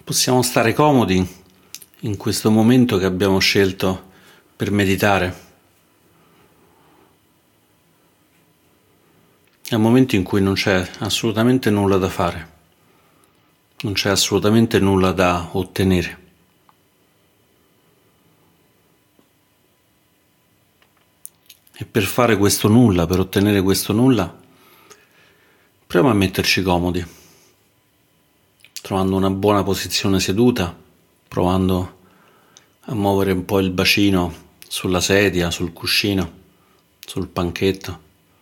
Possiamo stare comodi in questo momento che abbiamo scelto per meditare. È un momento in cui non c'è assolutamente nulla da fare, non c'è assolutamente nulla da ottenere. E per fare questo nulla, per ottenere questo nulla, proviamo a metterci comodi, trovando una buona posizione seduta, provando a muovere un po' il bacino sulla sedia, sul cuscino, sul panchetto,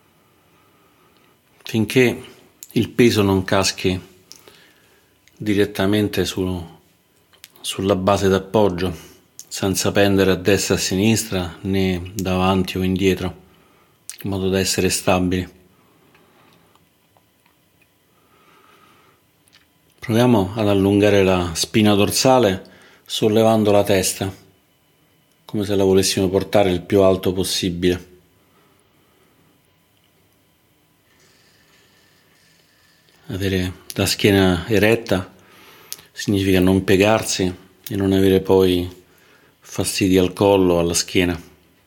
finché il peso non caschi direttamente sulla base d'appoggio, senza pendere a destra e a sinistra né davanti o indietro, in modo da essere stabili. Proviamo ad allungare la spina dorsale sollevando la testa, come se la volessimo portare il più alto possibile. Avere la schiena eretta significa non piegarsi e non avere poi fastidi al collo o alla schiena.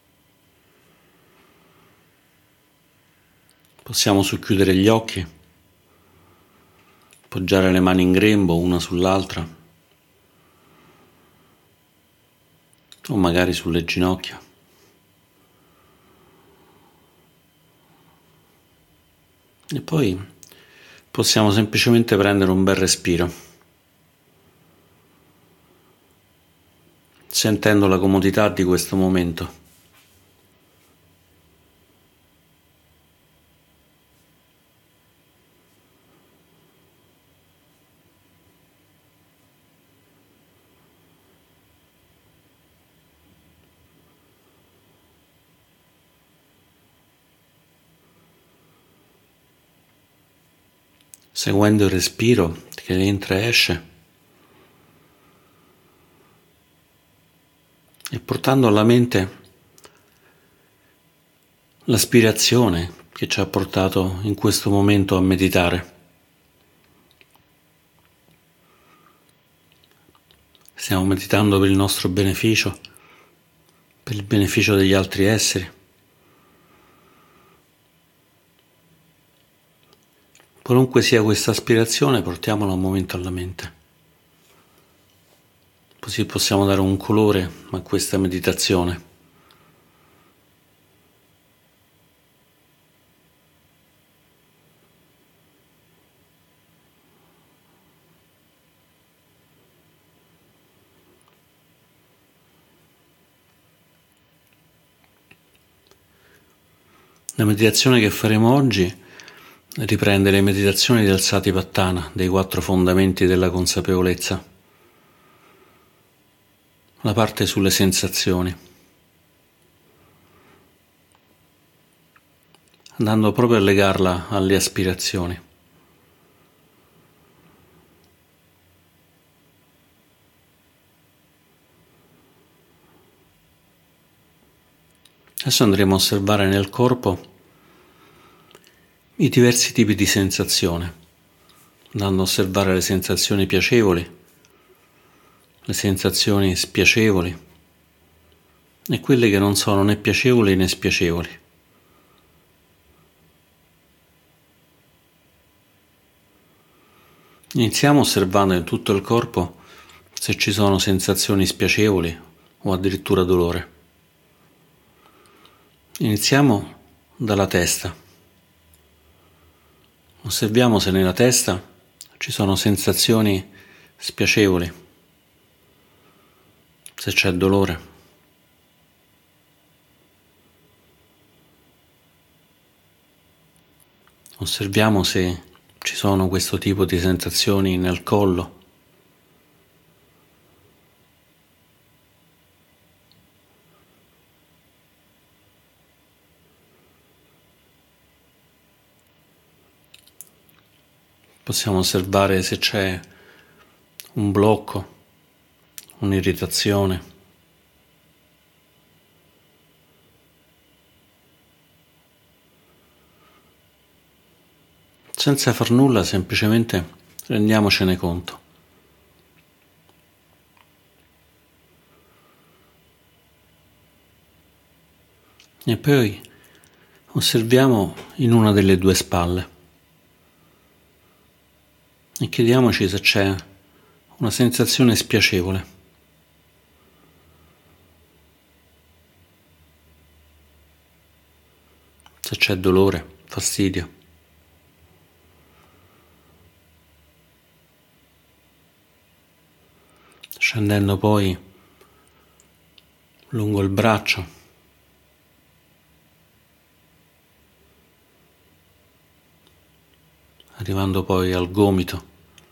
Possiamo socchiudere gli occhi, appoggiare le mani in grembo una sull'altra o magari sulle ginocchia. E poi possiamo semplicemente prendere un bel respiro, sentendo la comodità di questo momento. Seguendo il respiro che entra e esce e portando alla mente l'aspirazione che ci ha portato in questo momento a meditare. Stiamo meditando per il nostro beneficio, per il beneficio degli altri esseri. Qualunque sia questa aspirazione, portiamola un momento alla mente. Così possiamo dare un colore a questa meditazione. La meditazione che faremo oggi riprende le meditazioni del Satipattana, dei 4 fondamenti della consapevolezza. La parte sulle sensazioni, andando proprio a legarla alle aspirazioni. Adesso andremo a osservare nel corpo i diversi tipi di sensazione, andando a osservare le sensazioni piacevoli, le sensazioni spiacevoli e quelle che non sono né piacevoli né spiacevoli. Iniziamo osservando in tutto il corpo se ci sono sensazioni spiacevoli o addirittura dolore. Iniziamo dalla testa. Osserviamo se nella testa ci sono sensazioni spiacevoli, se c'è dolore. Osserviamo se ci sono questo tipo di sensazioni nel collo. Possiamo osservare se c'è un blocco, un'irritazione. Senza far nulla, semplicemente rendiamocene conto. E poi osserviamo in una delle due spalle e chiediamoci se c'è una sensazione spiacevole. Se c'è dolore, fastidio. Scendendo poi lungo il braccio, arrivando poi al gomito.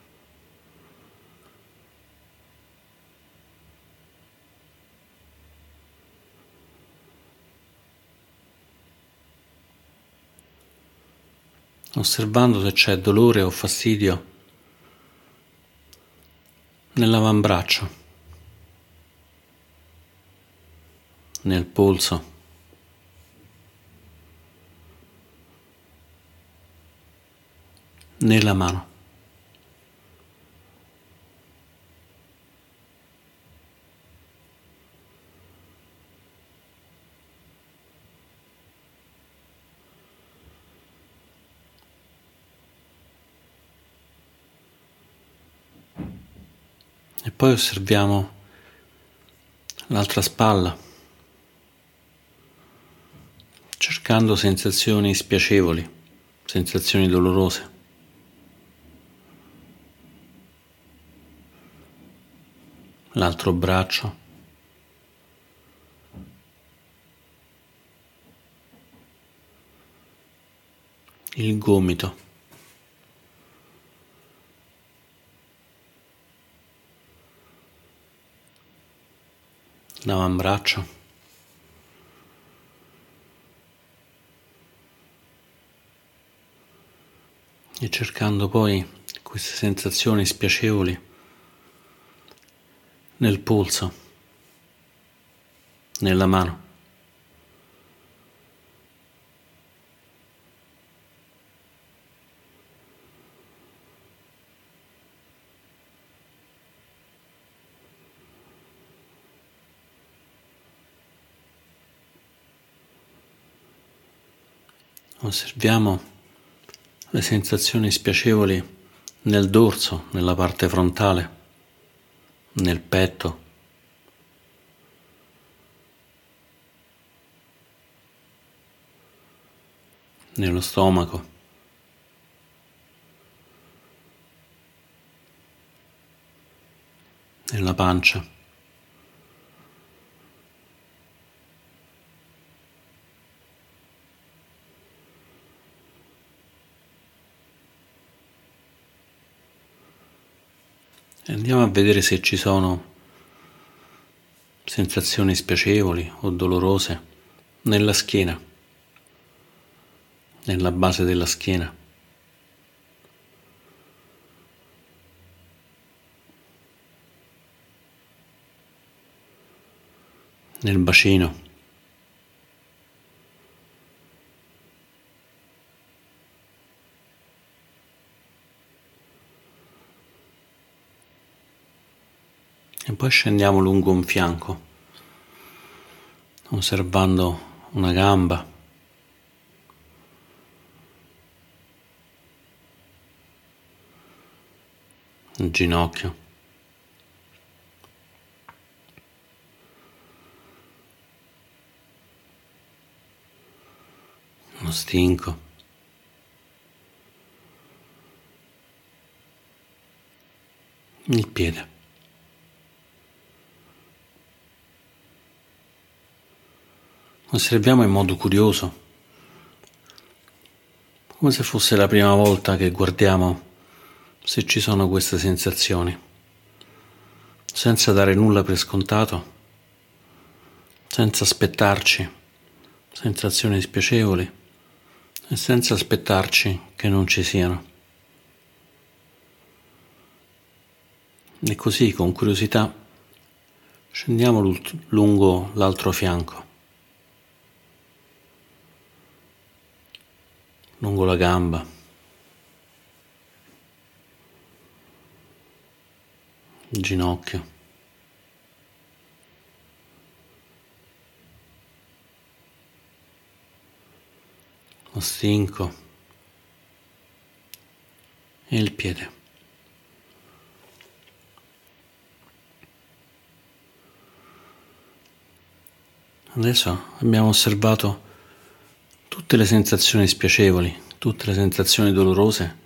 Osservando se c'è dolore o fastidio nell'avambraccio, nel polso, nella mano. E poi osserviamo l'altra spalla, cercando sensazioni spiacevoli, sensazioni dolorose. L'altro braccio, il gomito, l'avambraccio, e cercando poi queste sensazioni spiacevoli nel polso, nella mano. Osserviamo le sensazioni spiacevoli nel dorso, nella parte frontale, nel petto, nello stomaco, nella pancia. E andiamo a vedere se ci sono sensazioni spiacevoli o dolorose nella schiena, nella base della schiena, nel bacino. E poi scendiamo lungo un fianco, osservando una gamba, un ginocchio, uno stinco, il piede. Osserviamo in modo curioso, come se fosse la prima volta che guardiamo se ci sono queste sensazioni, senza dare nulla per scontato, senza aspettarci sensazioni spiacevoli e senza aspettarci che non ci siano. E così, con curiosità, scendiamo lungo l'altro fianco, lungo la gamba, il ginocchio, lo stinco e il piede. Adesso abbiamo osservato tutte le sensazioni spiacevoli, tutte le sensazioni dolorose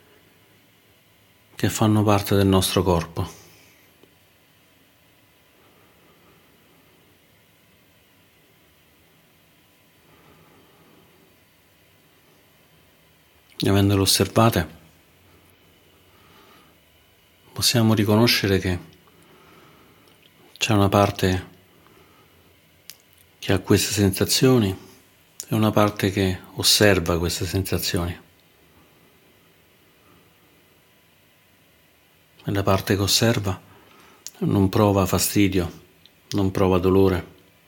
che fanno parte del nostro corpo. E avendole osservate, possiamo riconoscere che c'è una parte che ha queste sensazioni e una parte che osserva queste sensazioni. E la parte che osserva non prova fastidio, non prova dolore.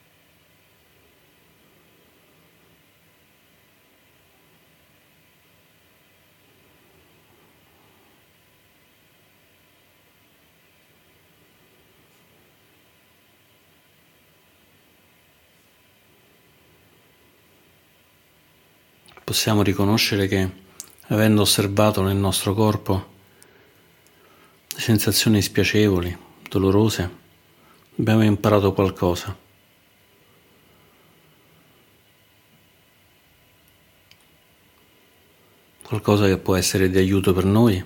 Possiamo riconoscere che, avendo osservato nel nostro corpo le sensazioni spiacevoli, dolorose, abbiamo imparato qualcosa. Qualcosa che può essere di aiuto per noi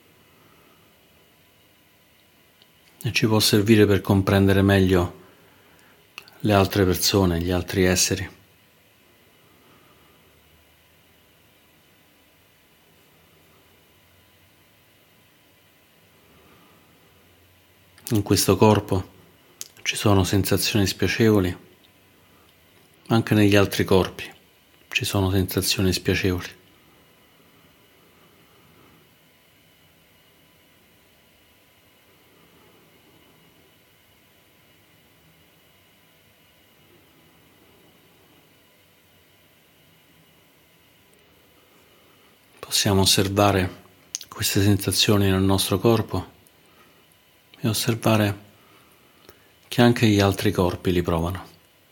e ci può servire per comprendere meglio le altre persone, gli altri esseri. In questo corpo ci sono sensazioni spiacevoli, anche negli altri corpi ci sono sensazioni spiacevoli. Possiamo osservare queste sensazioni nel nostro corpo e osservare che anche gli altri corpi li provano,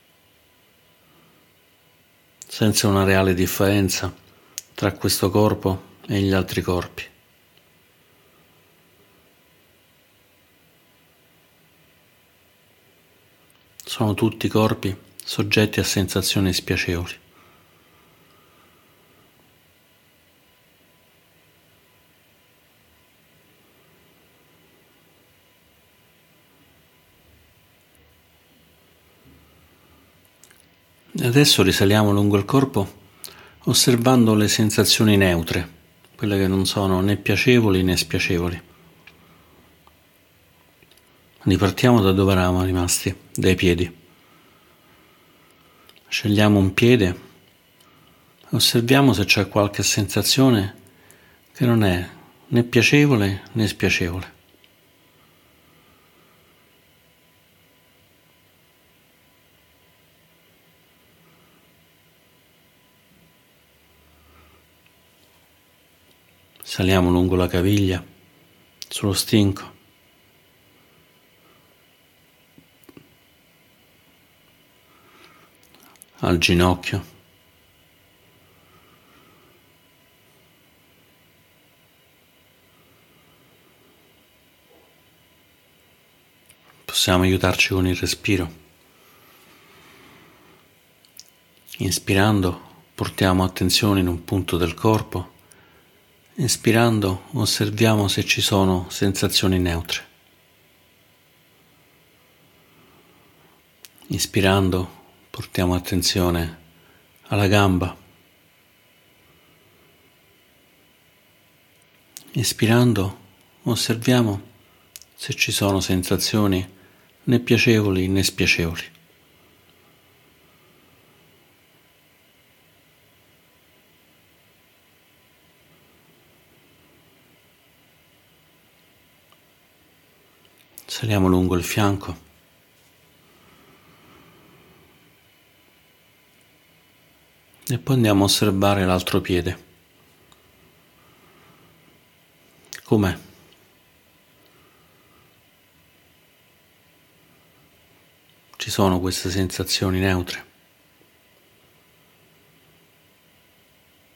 senza una reale differenza tra questo corpo e gli altri corpi. Sono tutti corpi soggetti a sensazioni spiacevoli. E adesso risaliamo lungo il corpo osservando le sensazioni neutre, quelle che non sono né piacevoli né spiacevoli. Ripartiamo da dove eravamo rimasti, dai piedi. Scegliamo un piede e osserviamo se c'è qualche sensazione che non è né piacevole né spiacevole. Saliamo lungo la caviglia, sullo stinco. Al ginocchio. Possiamo aiutarci con il respiro. Inspirando, portiamo attenzione in un punto del corpo. Inspirando, osserviamo se ci sono sensazioni neutre. Inspirando, portiamo attenzione alla gamba. Inspirando, osserviamo se ci sono sensazioni né piacevoli né spiacevoli. Saliamo lungo il fianco. E poi andiamo a osservare l'altro piede. Com'è? Ci sono queste sensazioni neutre.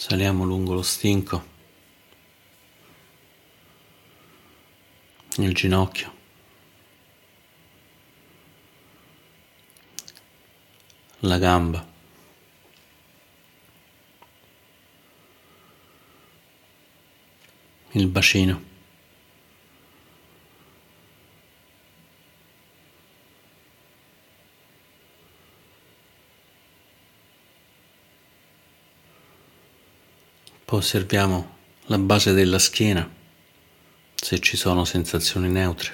Saliamo lungo lo stinco, il ginocchio, la gamba, il bacino, poi osserviamo la base della schiena, se ci sono sensazioni neutre.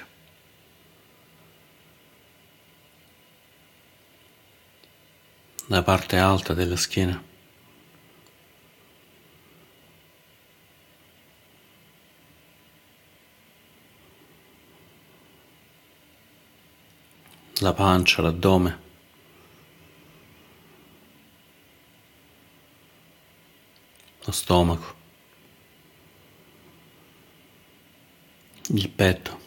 La parte alta della schiena. La pancia, l'addome. Lo stomaco. Il petto.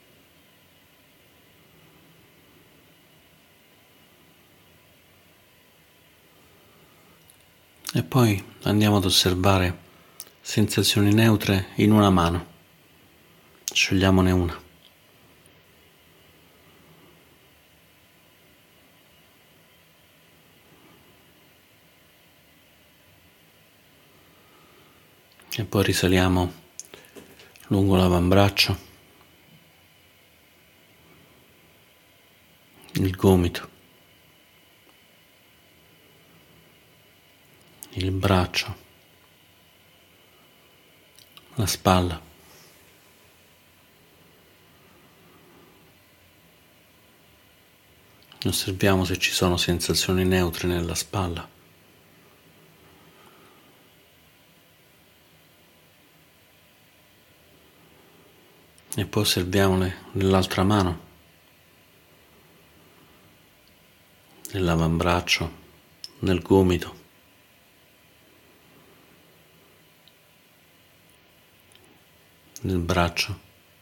E poi andiamo ad osservare sensazioni neutre in una mano. Scegliamone una. E poi risaliamo lungo l'avambraccio, il gomito, il braccio, la spalla. Osserviamo se ci sono sensazioni neutre nella spalla. E poi osserviamole nell'altra mano, nell'avambraccio, nel gomito, nel braccio,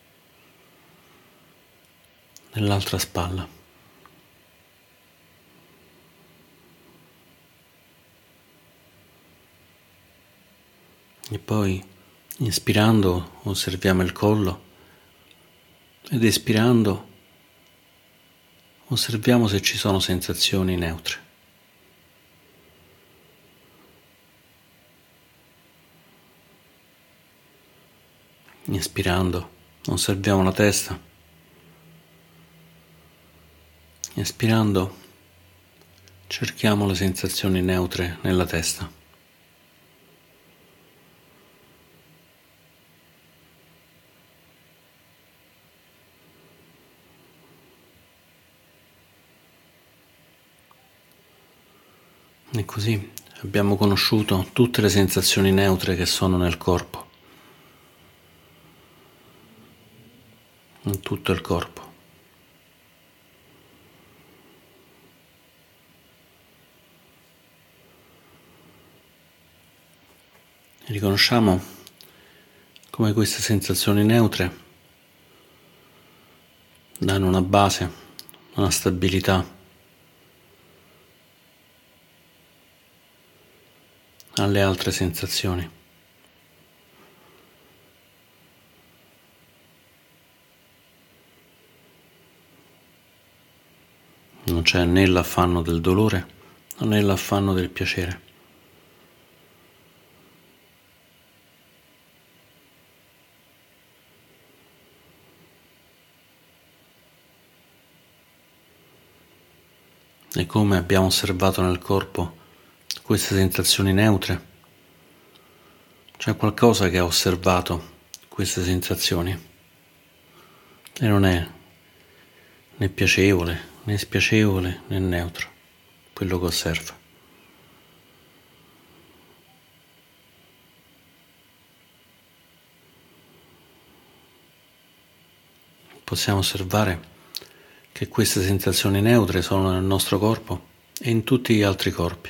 nell'altra spalla. E poi, inspirando, osserviamo il collo ed espirando, osserviamo se ci sono sensazioni neutre. Inspirando, osserviamo la testa. Espirando, cerchiamo le sensazioni neutre nella testa. E così abbiamo conosciuto tutte le sensazioni neutre che sono nel corpo, in tutto il corpo. Riconosciamo come queste sensazioni neutre danno una base, una stabilità alle altre sensazioni. Non c'è né l'affanno del dolore né l'affanno del piacere. E come abbiamo osservato nel corpo queste sensazioni neutre, c'è qualcosa che ha osservato queste sensazioni e non è né piacevole, né spiacevole, né neutro quello che osserva. Possiamo osservare che queste sensazioni neutre sono nel nostro corpo e in tutti gli altri corpi.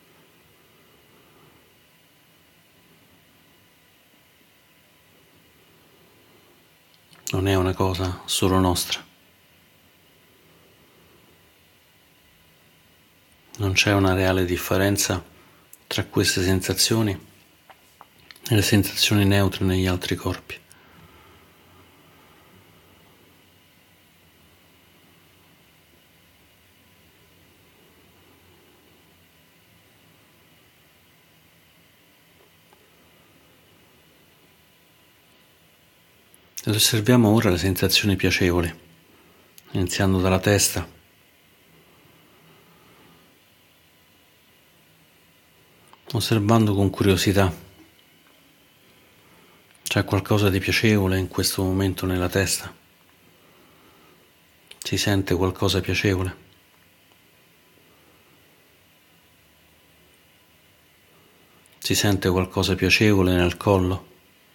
Non è una cosa solo nostra. Non c'è una reale differenza tra queste sensazioni e le sensazioni neutre negli altri corpi. Ed osserviamo ora le sensazioni piacevoli, iniziando dalla testa, osservando con curiosità. C'è qualcosa di piacevole in questo momento nella testa? Si sente qualcosa piacevole? Si sente qualcosa piacevole nel collo?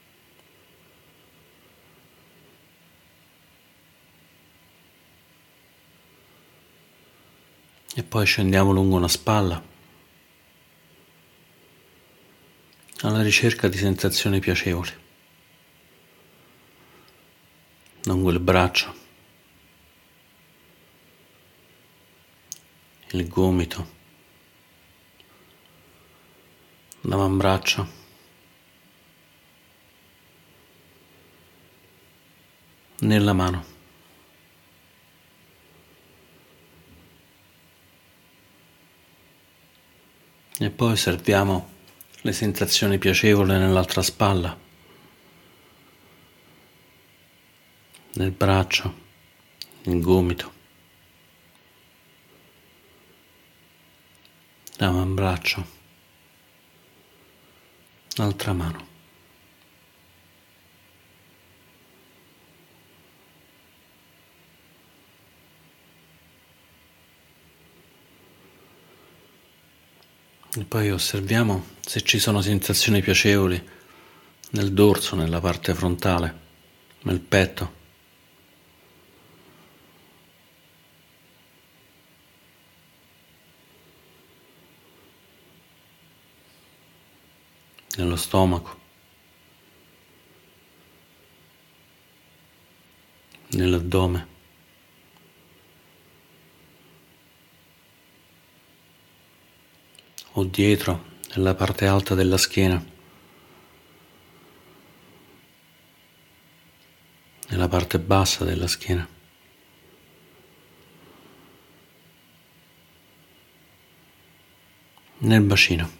E poi scendiamo lungo una spalla, alla ricerca di sensazioni piacevoli. Lungo il braccio, il gomito, l'avambraccio, nella mano. E poi osserviamo le sensazioni piacevoli nell'altra spalla, nel braccio, il gomito, l'avambraccio, l'altra mano. E poi osserviamo se ci sono sensazioni piacevoli nel dorso, nella parte frontale, nel petto. Nello stomaco, nell'addome, o dietro, nella parte alta della schiena, nella parte bassa della schiena. Nel bacino.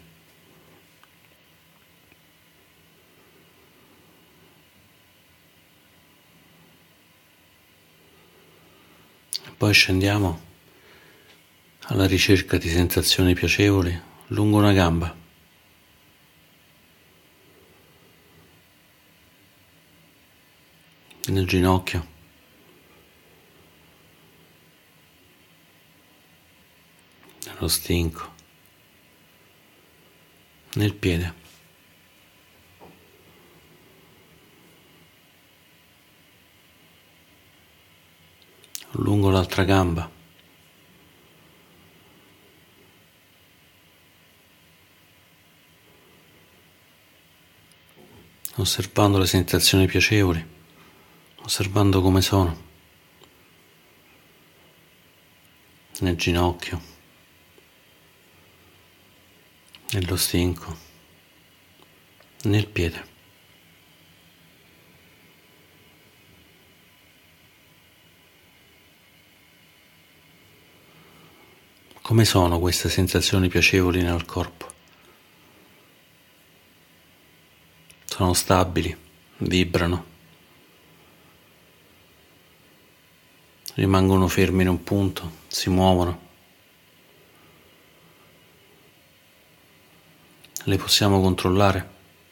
Poi scendiamo alla ricerca di sensazioni piacevoli lungo una gamba, nel ginocchio, nello stinco, nel piede. Lungo l'altra gamba, osservando le sensazioni piacevoli, osservando come sono, nel ginocchio, nello stinco, nel piede. Come sono queste sensazioni piacevoli nel corpo? Sono stabili, vibrano, rimangono fermi in un punto, si muovono. Le possiamo controllare?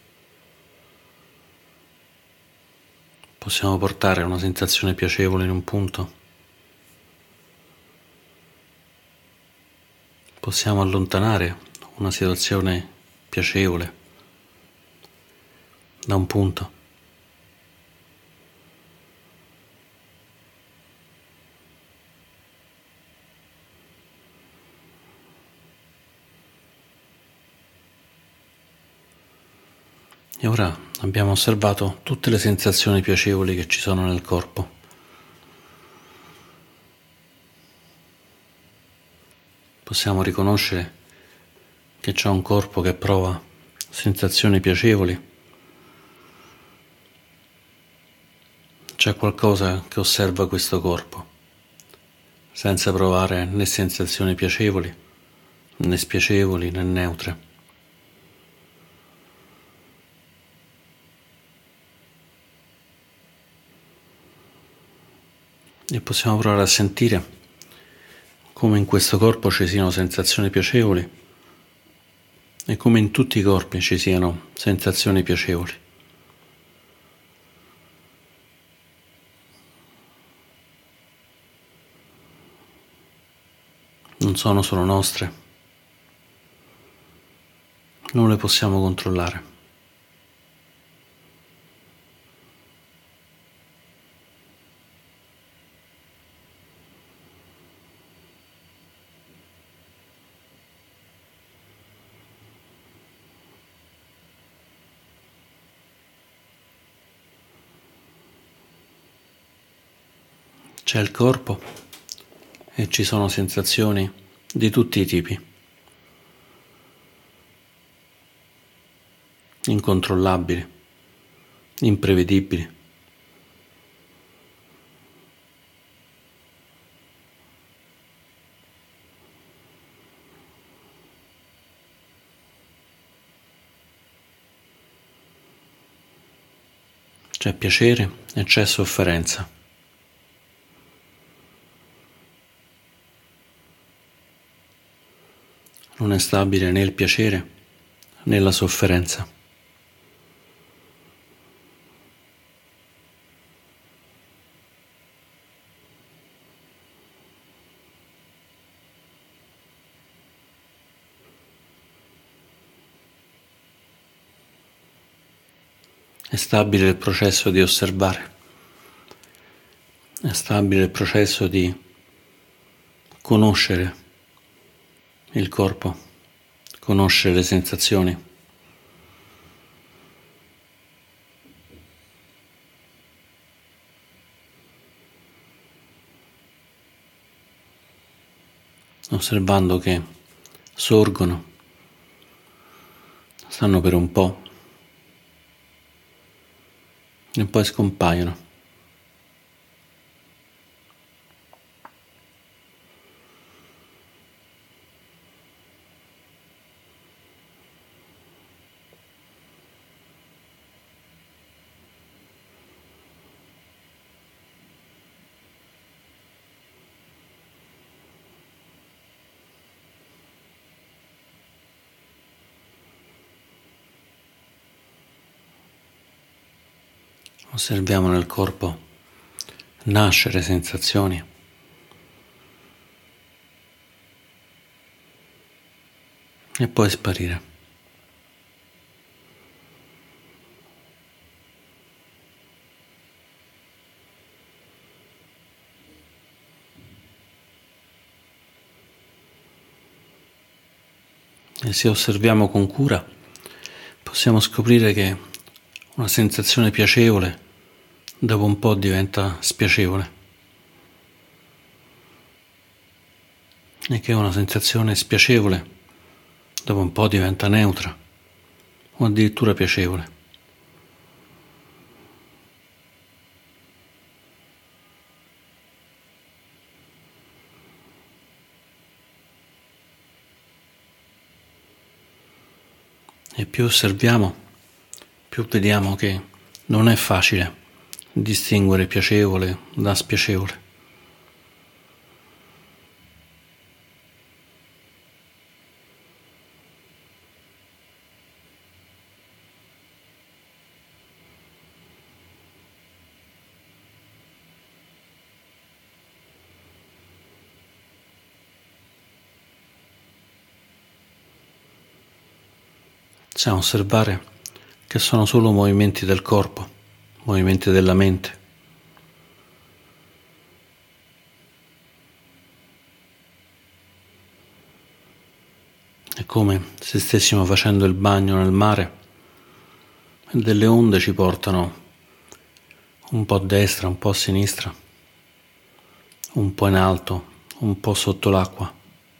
Possiamo portare una sensazione piacevole in un punto? Possiamo allontanare una situazione piacevole da un punto? E ora abbiamo osservato tutte le sensazioni piacevoli che ci sono nel corpo. Possiamo riconoscere che c'è un corpo che prova sensazioni piacevoli c'è qualcosa che osserva questo corpo, senza provare né sensazioni piacevoli, né spiacevoli, né neutre. E possiamo provare a sentire come in questo corpo ci siano sensazioni piacevoli e come in tutti i corpi ci siano sensazioni piacevoli. Non sono solo nostre, non le possiamo controllare. C'è il corpo e ci sono sensazioni di tutti i tipi, incontrollabili, imprevedibili. C'è piacere e c'è sofferenza. Non è stabile né il piacere né la sofferenza. È stabile il processo di osservare, è stabile il processo di conoscere il corpo, conoscere le sensazioni. Osservando che sorgono, stanno per un po' e poi scompaiono. Osserviamo nel corpo nascere sensazioni e poi sparire. E se osserviamo con cura, possiamo scoprire che una sensazione piacevole dopo un po' diventa spiacevole e che una sensazione spiacevole dopo un po' diventa neutra o addirittura piacevole. E più osserviamo, più vediamo che non è facile distinguere piacevole da spiacevole. Possiamo osservare che sono solo movimenti del corpo, movimenti della mente. È come se stessimo facendo il bagno nel mare e delle onde ci portano un po' a destra, un po' a sinistra, un po' in alto, un po' sotto l'acqua.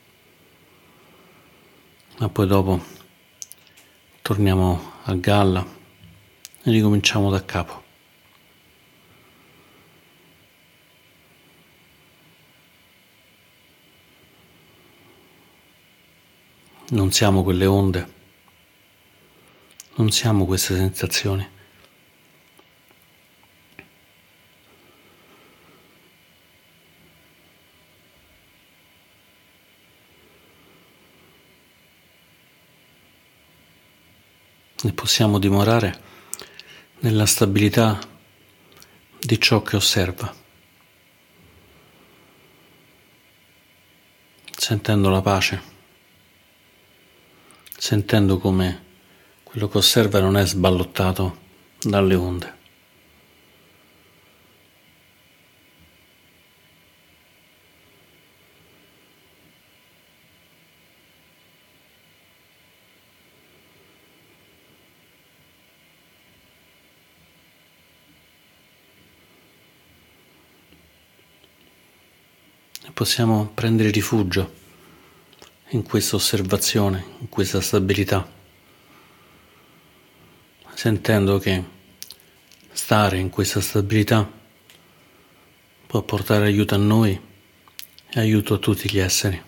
Ma poi dopo torniamo a galla e ricominciamo da capo. Non siamo quelle onde, non siamo queste sensazioni. E possiamo dimorare nella stabilità di ciò che osserva, sentendo la pace, sentendo come quello che osserva non è sballottato dalle onde. E possiamo prendere rifugio in questa osservazione, in questa stabilità, sentendo che stare in questa stabilità può portare aiuto a noi e aiuto a tutti gli esseri.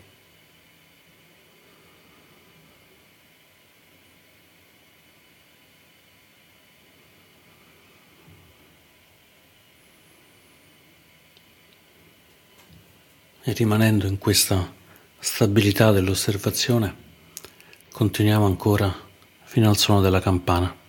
E rimanendo in questa stabilità dell'osservazione, continuiamo ancora fino al suono della campana.